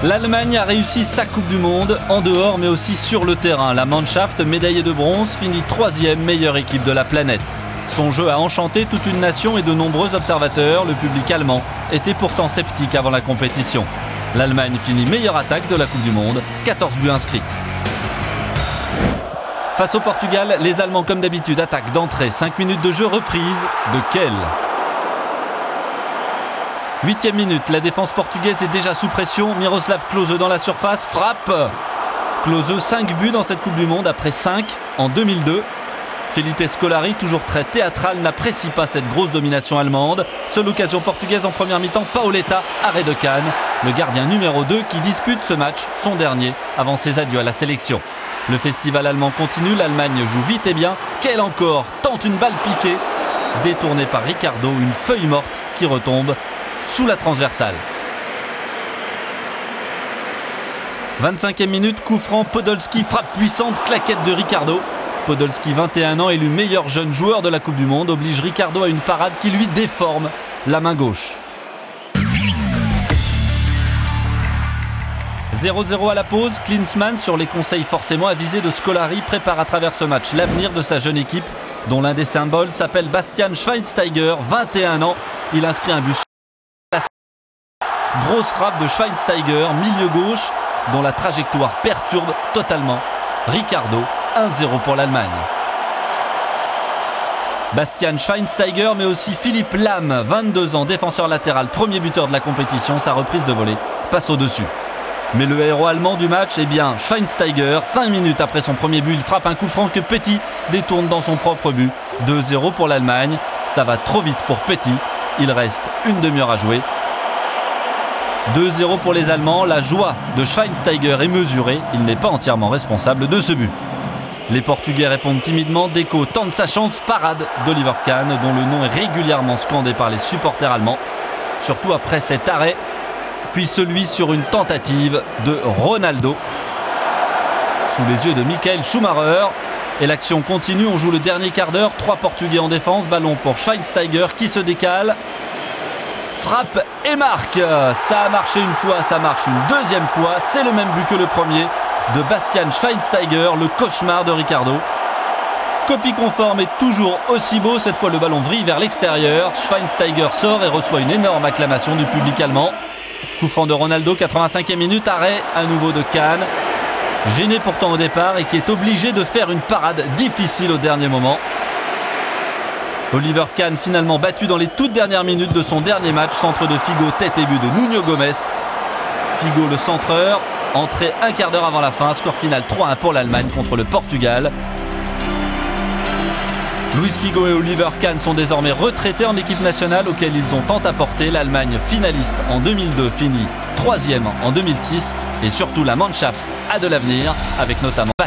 L'Allemagne a réussi sa Coupe du Monde, en dehors mais aussi sur le terrain. La Mannschaft, médaillée de bronze, finit 3e meilleure équipe de la planète. Son jeu a enchanté toute une nation et de nombreux observateurs. Le public allemand était pourtant sceptique avant la compétition. L'Allemagne finit meilleure attaque de la Coupe du Monde, 14 buts inscrits. Face au Portugal, les Allemands comme d'habitude attaquent d'entrée. 5 minutes de jeu, reprise de Kehl. 8e minute, la défense portugaise est déjà sous pression. Miroslav Klose dans la surface, frappe. Klose, 5 buts dans cette Coupe du Monde après 5 en 2002. Felipe Scolari, toujours très théâtral, n'apprécie pas cette grosse domination allemande. Seule occasion portugaise en première mi-temps, Paoletta, arrêt de Kahn, le gardien numéro 2 qui dispute ce match, son dernier, avant ses adieux à la sélection. Le festival allemand continue, l'Allemagne joue vite et bien. Kehl encore tente une balle piquée, détournée par Ricardo, une feuille morte qui retombe sous la transversale. 25e minute, coup franc, Podolski, frappe puissante, claquette de Ricardo. Podolski, 21 ans, élu meilleur jeune joueur de la Coupe du Monde, oblige Ricardo à une parade qui lui déforme la main gauche. 0-0 à la pause, Klinsmann, sur les conseils forcément avisés de Scolari, prépare à travers ce match l'avenir de sa jeune équipe, dont l'un des symboles s'appelle Bastian Schweinsteiger, 21 ans. Il inscrit un but. Grosse frappe de Schweinsteiger, milieu gauche, dont la trajectoire perturbe totalement Ricardo. 1-0 pour l'Allemagne. Bastian Schweinsteiger, mais aussi Philippe Lahm, 22 ans, défenseur latéral, premier buteur de la compétition. Sa reprise de volée passe au-dessus. Mais le héros allemand du match, eh bien Schweinsteiger. 5 minutes après son premier but, il frappe un coup franc que Petit détourne dans son propre but. 2-0 pour l'Allemagne. Ça va trop vite pour Petit. Il reste une demi-heure à jouer. 2-0 pour les Allemands. La joie de Schweinsteiger est mesurée. Il n'est pas entièrement responsable de ce but. Les Portugais répondent timidement. Deco tente sa chance, parade d'Oliver Kahn, dont le nom est régulièrement scandé par les supporters allemands, surtout après cet arrêt, puis celui sur une tentative de Ronaldo, sous les yeux de Michael Schumacher. Et l'action continue, on joue le dernier quart d'heure. 3 Portugais en défense, ballon pour Schweinsteiger qui se décale, frappe et marque. Ça a marché une fois, ça marche une deuxième fois, c'est le même but que le premier de Bastian Schweinsteiger, le cauchemar de Ricardo. Copie conforme et toujours aussi beau, cette fois le ballon vrille vers l'extérieur. Schweinsteiger sort et reçoit une énorme acclamation du public allemand. Coup franc de Ronaldo, 85e minute, arrêt à nouveau de Kahn, gêné pourtant au départ et qui est obligé de faire une parade difficile au dernier moment. Oliver Kahn finalement battu dans les toutes dernières minutes de son dernier match. Centre de Figo, tête et but de Nuno Gomes. Figo le centreur, entrée un quart d'heure avant la fin, score final 3-1 pour l'Allemagne contre le Portugal. Luis Figo et Oliver Kahn sont désormais retraités en équipe nationale auquel ils ont tant apporté. L'Allemagne finaliste en 2002 finit 3e en 2006 et surtout la Mannschaft a de l'avenir avec notamment